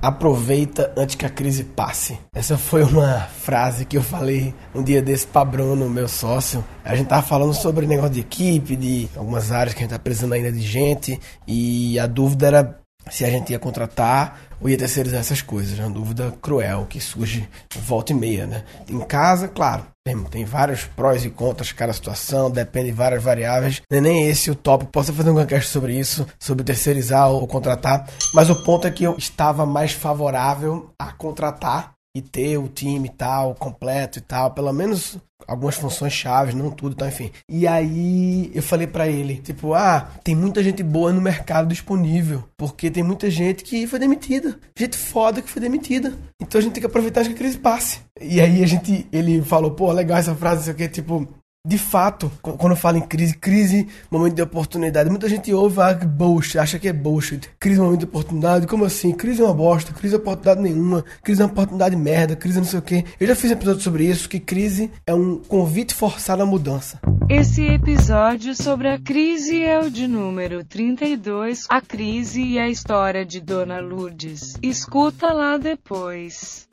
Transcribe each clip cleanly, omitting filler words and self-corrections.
Aproveita antes que a crise passe. Essa foi uma frase que eu falei um dia desse pra Bruno, meu sócio. A gente tava falando sobre negócio de equipe, de algumas áreas que a gente tá precisando ainda de gente, e a dúvida era se a gente ia contratar ou ia terceirizar essas coisas. É uma dúvida cruel que surge volta e meia, né? Em casa, claro, tem vários prós e contras, cada situação, depende de várias variáveis. Não é nem esse o tópico. Posso fazer um podcast sobre isso, sobre terceirizar ou contratar, mas o ponto é que eu estava mais favorável a contratar e ter o time e tal, completo e tal, pelo menos algumas funções chaves, não tudo, tá, enfim. E aí eu falei pra ele, tipo, tem muita gente boa no mercado disponível, porque tem muita gente que foi demitida, gente foda que foi demitida. Então a gente tem que aproveitar que a crise passe. E aí ele falou, pô, legal essa frase, não sei o que, tipo, de fato, quando eu falo em crise, momento de oportunidade, muita gente ouve, bullshit, acha que é bullshit. Crise, momento de oportunidade, como assim? Crise é uma bosta, crise é oportunidade nenhuma, crise é uma oportunidade de merda, crise é não sei o quê. Eu já fiz um episódio sobre isso, que crise é um convite forçado à mudança. Esse episódio sobre a crise é o de número 32, a crise e a história de Dona Lourdes. Escuta lá depois.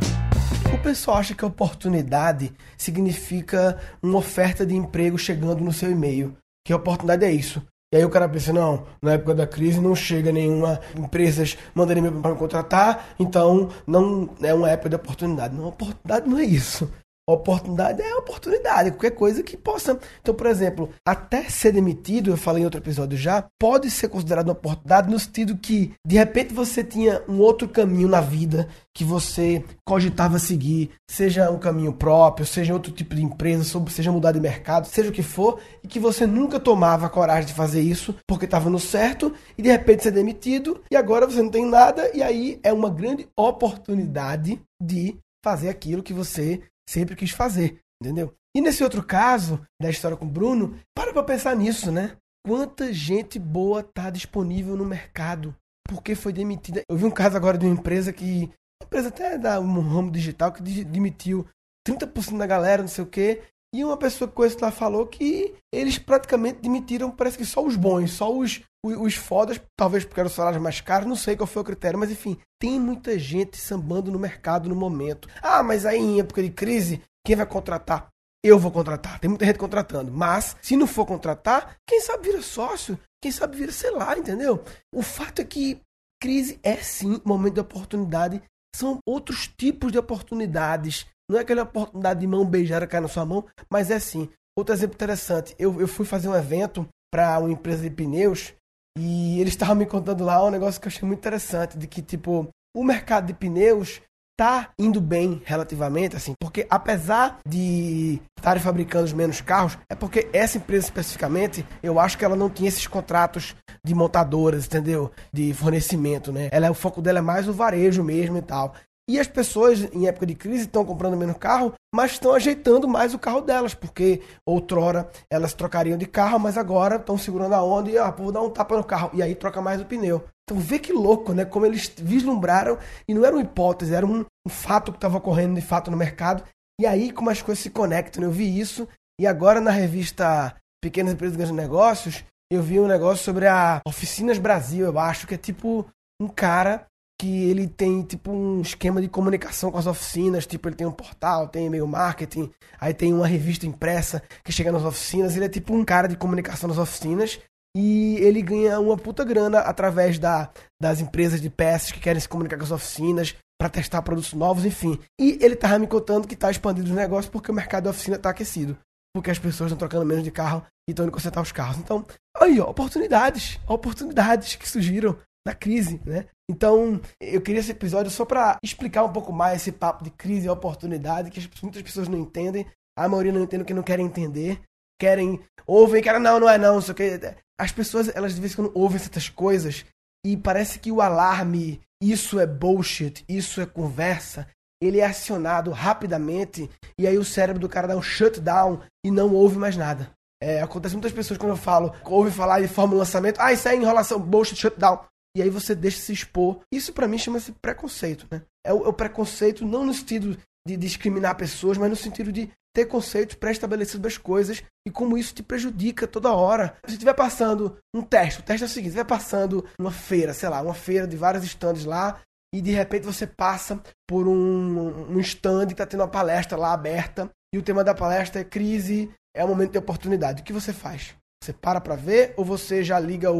O pessoal acha que oportunidade significa uma oferta de emprego chegando no seu e-mail. Que a oportunidade é isso. E aí o cara pensa, não, na época da crise não chega nenhuma empresas mandando e-mail para me contratar, então não é uma época de oportunidade. Não, oportunidade não é isso. Oportunidade é oportunidade, qualquer coisa que possa. Então, por exemplo, até ser demitido, eu falei em outro episódio já, pode ser considerado uma oportunidade no sentido que, de repente, você tinha um outro caminho na vida que você cogitava seguir, seja um caminho próprio, seja outro tipo de empresa, seja mudar de mercado, seja o que for, e que você nunca tomava a coragem de fazer isso porque estava no certo, e de repente ser demitido, e agora você não tem nada, e aí é uma grande oportunidade de fazer aquilo que você sempre quis fazer, entendeu? E nesse outro caso, da história com o Bruno, para pensar nisso, né? Quanta gente boa tá disponível no mercado? Porque foi demitida. Eu vi um caso agora de uma empresa até da um ramo digital, que demitiu 30% da galera, não sei o quê, e uma pessoa que conheço lá falou que eles praticamente demitiram, parece que só os bons, só os fodas, talvez porque eram os salários mais caros, não sei qual foi o critério, mas enfim, tem muita gente sambando no mercado no momento. Mas aí em época de crise, quem vai contratar? Eu vou contratar, tem muita gente contratando, mas se não for contratar, quem sabe vira sócio, quem sabe vira, sei lá, entendeu? O fato é que crise é sim momento de oportunidade, são outros tipos de oportunidades. Não é aquela oportunidade de mão beijada cair na sua mão, mas é sim. Outro exemplo interessante, eu fui fazer um evento para uma empresa de pneus e eles estavam me contando lá um negócio que eu achei muito interessante, de que, tipo, o mercado de pneus tá indo bem relativamente, assim, porque apesar de estarem fabricando menos carros, é porque essa empresa especificamente, eu acho que ela não tinha esses contratos de montadoras, entendeu? De fornecimento, né? O foco dela é mais o varejo mesmo e tal. E as pessoas, em época de crise, estão comprando menos carro, mas estão ajeitando mais o carro delas, porque outrora elas trocariam de carro, mas agora estão segurando a onda e, vou dar um tapa no carro. E aí troca mais o pneu. Então vê que louco, né? Como eles vislumbraram, e não era uma hipótese, era um fato que estava ocorrendo de fato no mercado. E aí como as coisas se conectam, né? Eu vi isso, e agora na revista Pequenas Empresas e Grandes Negócios, eu vi um negócio sobre a Oficinas Brasil, eu acho, que é tipo um cara que ele tem tipo um esquema de comunicação com as oficinas, tipo ele tem um portal, tem e-mail marketing, aí tem uma revista impressa que chega nas oficinas, ele é tipo um cara de comunicação nas oficinas e ele ganha uma puta grana através das empresas de peças que querem se comunicar com as oficinas para testar produtos novos, enfim. E ele tava me contando que tá expandindo os negócios porque o mercado da oficina tá aquecido, porque as pessoas estão trocando menos de carro e estão indo consertar os carros. Então, aí, oportunidades que surgiram da crise, né? Então, eu queria esse episódio só para explicar um pouco mais esse papo de crise e oportunidade, que muitas pessoas não entendem, a maioria não entende, que não querem entender, ouvem, não é não sei o que. As pessoas, elas de vez em quando ouvem certas coisas e parece que o alarme, isso é bullshit, isso é conversa, ele é acionado rapidamente e aí o cérebro do cara dá um shutdown e não ouve mais nada. Acontece muitas pessoas quando eu ouvem falar de forma de lançamento, isso é enrolação, bullshit, shutdown. E aí você deixa se expor. Isso pra mim chama-se preconceito, né? É o preconceito não no sentido de discriminar pessoas, mas no sentido de ter conceitos pré-estabelecidos das coisas e como isso te prejudica toda hora. Se estiver passando um teste, o teste é o seguinte, se estiver passando uma feira, sei lá, uma feira de vários estandes lá, e de repente você passa por um stand que está tendo uma palestra lá aberta, e o tema da palestra é crise, é um momento de oportunidade. O que você faz? Você para pra ver ou você já liga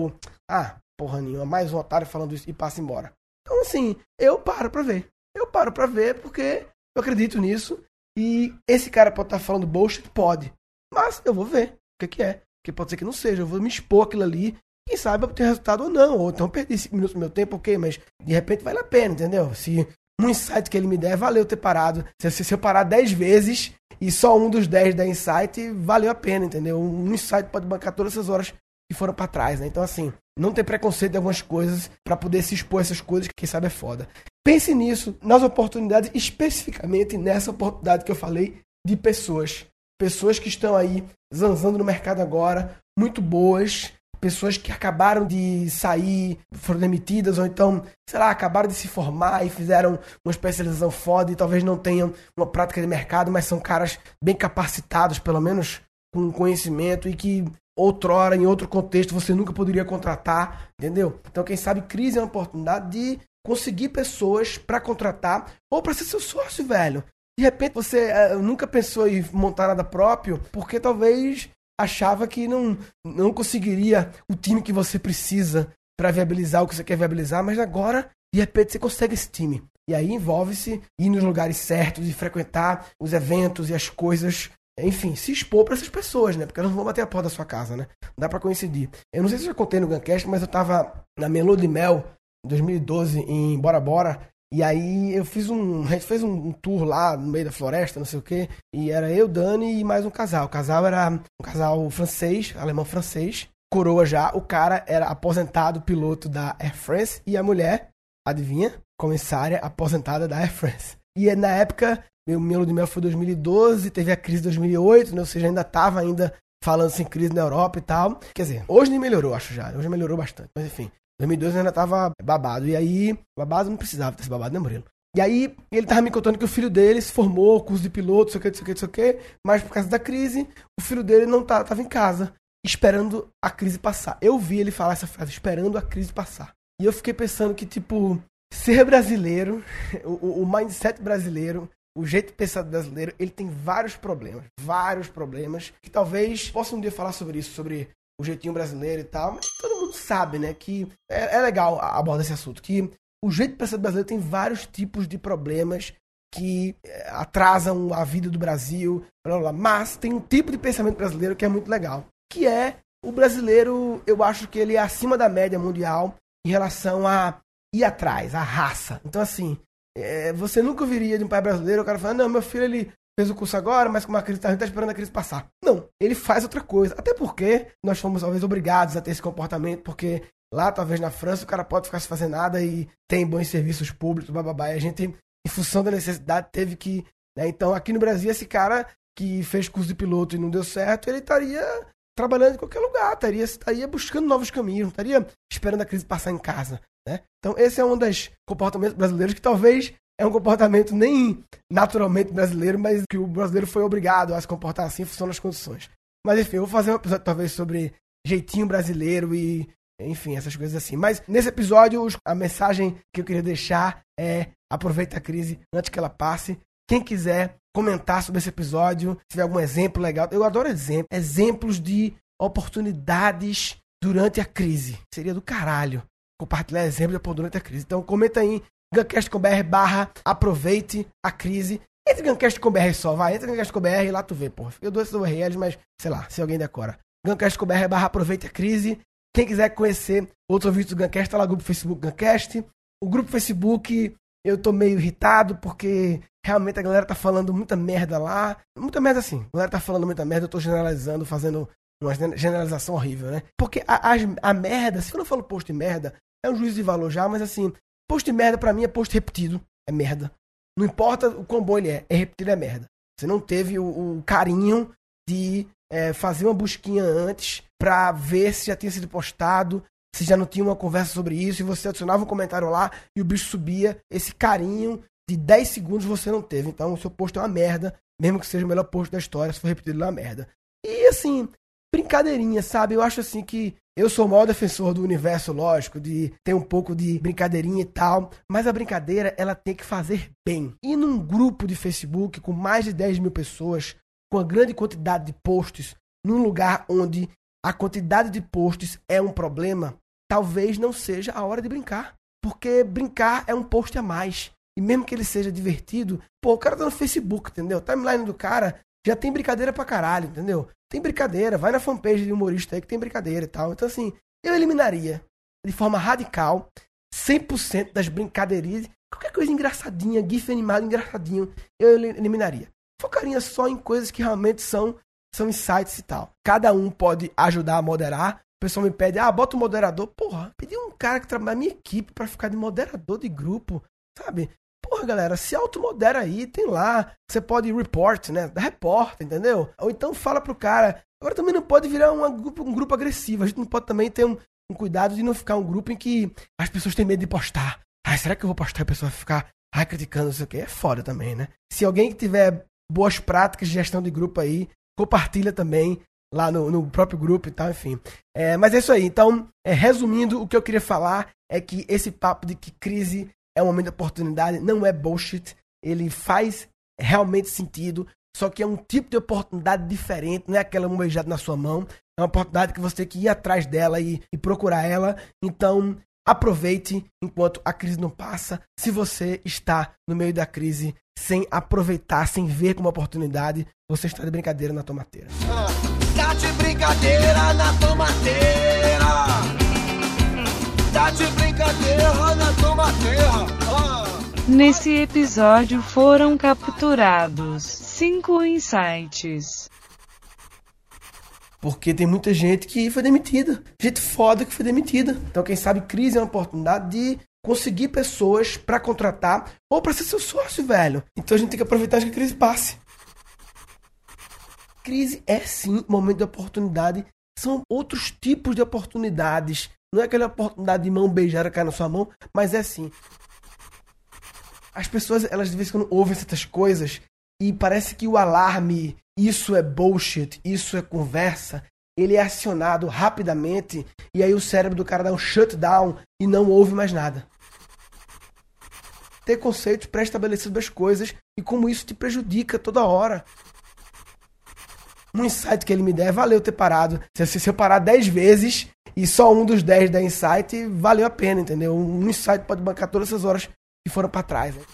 porra nenhuma, mais um otário falando isso e passa embora? Então, assim, eu paro pra ver. Eu paro pra ver porque eu acredito nisso. E esse cara pode estar falando bullshit? Pode. Mas eu vou ver o que é. Porque pode ser que não seja. Eu vou me expor aquilo ali. Quem sabe eu ter resultado ou não. Ou então perdi 5 minutos do meu tempo, ok. Mas de repente vale a pena, entendeu? Se um insight que ele me der, valeu ter parado. Se eu parar 10 vezes e só um dos 10 der insight, valeu a pena, entendeu? Um insight pode bancar todas essas horas que foram pra trás, né? Então, assim, não ter preconceito de algumas coisas pra poder se expor a essas coisas que quem sabe é foda. Pense nisso, nas oportunidades, especificamente nessa oportunidade que eu falei de pessoas. Pessoas que estão aí zanzando no mercado agora, muito boas, pessoas que acabaram de sair, foram demitidas, ou então, sei lá, acabaram de se formar e fizeram uma especialização foda e talvez não tenham uma prática de mercado, mas são caras bem capacitados, pelo menos com conhecimento, e que outrora, em outro contexto, você nunca poderia contratar, entendeu? Então, quem sabe, crise é uma oportunidade de conseguir pessoas para contratar ou para ser seu sócio, velho. De repente, você nunca pensou em montar nada próprio porque talvez achava que não conseguiria o time que você precisa para viabilizar o que você quer viabilizar, mas agora, de repente, você consegue esse time. E aí envolve-se ir nos lugares certos e frequentar os eventos e as coisas, enfim, se expor para essas pessoas, né? Porque elas não vão bater a porta da sua casa, né? Não dá para coincidir. Eu não sei se eu já contei no Guncast, mas eu tava na Melô de Mel em 2012 em Bora Bora. E aí a gente fez um tour lá no meio da floresta, não sei o quê. E era eu, Dani e mais um casal. O casal era um casal francês, alemão-francês. Coroa já. O cara era aposentado piloto da Air France. E a mulher, adivinha? Comissária aposentada da Air France. E na época, meu Lua de Mel foi 2012, teve a crise de 2008, né? Ou seja, ainda tava falando assim, crise na Europa e tal. Quer dizer, hoje nem melhorou, acho já. Hoje melhorou bastante. Mas enfim. 2012 ainda tava babado. E aí, babado não precisava ter esse babado, né, Murilo? E aí, ele tava me contando que o filho dele se formou, curso de piloto, não sei o que, mas por causa da crise, o filho dele não tava em casa, esperando a crise passar. Eu vi ele falar essa frase, esperando a crise passar. E eu fiquei pensando que, tipo, ser brasileiro, o mindset brasileiro, o jeito de pensar do brasileiro, ele tem vários problemas, que talvez possa um dia falar sobre isso, sobre o jeitinho brasileiro e tal, mas todo mundo sabe, né, que é legal abordar esse assunto, que o jeito de pensar do brasileiro tem vários tipos de problemas que atrasam a vida do Brasil, blá, blá, blá, mas tem um tipo de pensamento brasileiro que é muito legal, que é o brasileiro, eu acho que ele é acima da média mundial em relação a ir atrás, a raça. Então, assim, você nunca ouviria de um pai brasileiro, o cara falando, não, meu filho, ele fez o curso agora, mas como a crise tá esperando a crise passar. Não, ele faz outra coisa. Até porque nós fomos, talvez, obrigados a ter esse comportamento, porque lá, talvez, na França, o cara pode ficar sem fazer nada e tem bons serviços públicos, bababá. E a gente, em função da necessidade, teve que... Né? Então, aqui no Brasil, esse cara que fez curso de piloto e não deu certo, ele estaria trabalhando em qualquer lugar, estaria buscando novos caminhos, não estaria esperando a crise passar em casa. Né? Então, esse é um dos comportamentos brasileiros que talvez... É um comportamento nem naturalmente brasileiro, mas que o brasileiro foi obrigado a se comportar assim em função das condições. Mas enfim, eu vou fazer um episódio talvez sobre jeitinho brasileiro e, enfim, essas coisas assim. Mas nesse episódio, a mensagem que eu queria deixar é: aproveita a crise antes que ela passe. Quem quiser comentar sobre esse episódio, se tiver algum exemplo legal, eu adoro exemplos de oportunidades durante a crise. Seria do caralho compartilhar exemplos durante a crise. Então comenta aí Guncast.com/aproveite a crise. Entre Guncast.com.br só, vai. Entra Guncast.com.br e lá tu vê, porra. Eu dou esses URLs, mas sei lá, se alguém decora. Guncast.com.br/aproveite a crise. Quem quiser conhecer outros vídeos do Guncast, tá lá no grupo Facebook Guncast. O grupo Facebook, eu tô meio irritado porque realmente a galera tá falando muita merda lá. Muita merda assim. A galera tá falando muita merda, eu tô generalizando, fazendo uma generalização horrível, né? Porque a merda, se eu não falo post de merda, é um juízo de valor já, mas assim, post de merda pra mim é post repetido, é merda. Não importa o quão bom ele é repetido, é merda. Você não teve o carinho de fazer uma busquinha antes pra ver se já tinha sido postado, se já não tinha uma conversa sobre isso, e você adicionava um comentário lá e o bicho subia. Esse carinho de 10 segundos você não teve. Então o seu post é uma merda, mesmo que seja o melhor post da história, se for repetido, ele é uma merda. E assim, brincadeirinha, sabe? Eu acho assim que Eu sou o maior defensor do universo, lógico, de ter um pouco de brincadeirinha e tal, mas a brincadeira, ela tem que fazer bem. E num grupo de Facebook com mais de 10 mil pessoas, com a grande quantidade de posts, num lugar onde a quantidade de posts é um problema, talvez não seja a hora de brincar. Porque brincar é um post a mais. E mesmo que ele seja divertido, pô, o cara tá no Facebook, entendeu? Timeline do cara já tem brincadeira pra caralho, entendeu? Tem brincadeira, vai na fanpage de humorista aí que tem brincadeira e tal. Então, assim, eu eliminaria de forma radical 100% das brincadeirinhas, qualquer coisa engraçadinha, gif animado engraçadinho, eu eliminaria. Focaria só em coisas que realmente são insights e tal. Cada um pode ajudar a moderar. O pessoal me pede, bota um moderador. Porra, pedi um cara que trabalha na minha equipe pra ficar de moderador de grupo, sabe? Porra, galera, se automodera aí, tem lá. Você pode report, né? Reporta, entendeu? Ou então fala pro cara. Agora também não pode virar um grupo agressivo. A gente não pode também ter um cuidado de não ficar um grupo em que as pessoas têm medo de postar. Será que eu vou postar e a pessoa vai ficar criticando, não sei o quê? É foda também, né? Se alguém que tiver boas práticas de gestão de grupo aí, compartilha também lá no próprio grupo e tal, enfim. Mas é isso aí. Então, resumindo, o que eu queria falar é que esse papo de que crise é um momento de oportunidade não é bullshit. Ele faz realmente sentido, só que é um tipo de oportunidade diferente, não é aquela mão beijada na sua mão. É uma oportunidade que você tem que ir atrás dela e procurar ela. Então, aproveite enquanto a crise não passa. Se você está no meio da crise sem aproveitar, sem ver como oportunidade, você está de brincadeira na tomateira. Tá de brincadeira na tomateira. Tá de brincadeira na tomateira. Nesse episódio foram capturados 5 insights. Porque tem muita gente que foi demitida. Gente foda que foi demitida. Então, quem sabe, crise é uma oportunidade de conseguir pessoas pra contratar ou pra ser seu sócio, velho. Então, a gente tem que aproveitar que a crise passe. Crise é, sim, momento de oportunidade. São outros tipos de oportunidades. Não é aquela oportunidade de mão beijada cair na sua mão, mas é sim. As pessoas, elas de vez em quando ouvem certas coisas e parece que o alarme, isso é bullshit, isso é conversa, ele é acionado rapidamente e aí o cérebro do cara dá um shutdown e não ouve mais nada. Ter conceitos pré-estabelecidos das coisas e como isso te prejudica toda hora. Um insight que ele me der, valeu ter parado. Se eu parar 10 vezes e só um dos 10 der insight, valeu a pena, entendeu? Um insight pode bancar todas essas horas que foram pra trás, né?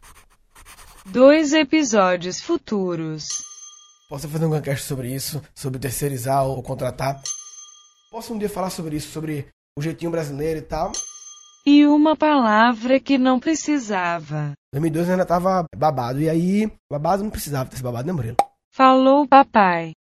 2 episódios futuros. Posso fazer um gancast sobre isso, sobre terceirizar ou contratar. Posso um dia falar sobre isso, sobre o jeitinho brasileiro e tal. E uma palavra que não precisava. 2012 eu ainda tava babado, e aí babado não precisava ter esse babado, né, Murilo? Falou, papai.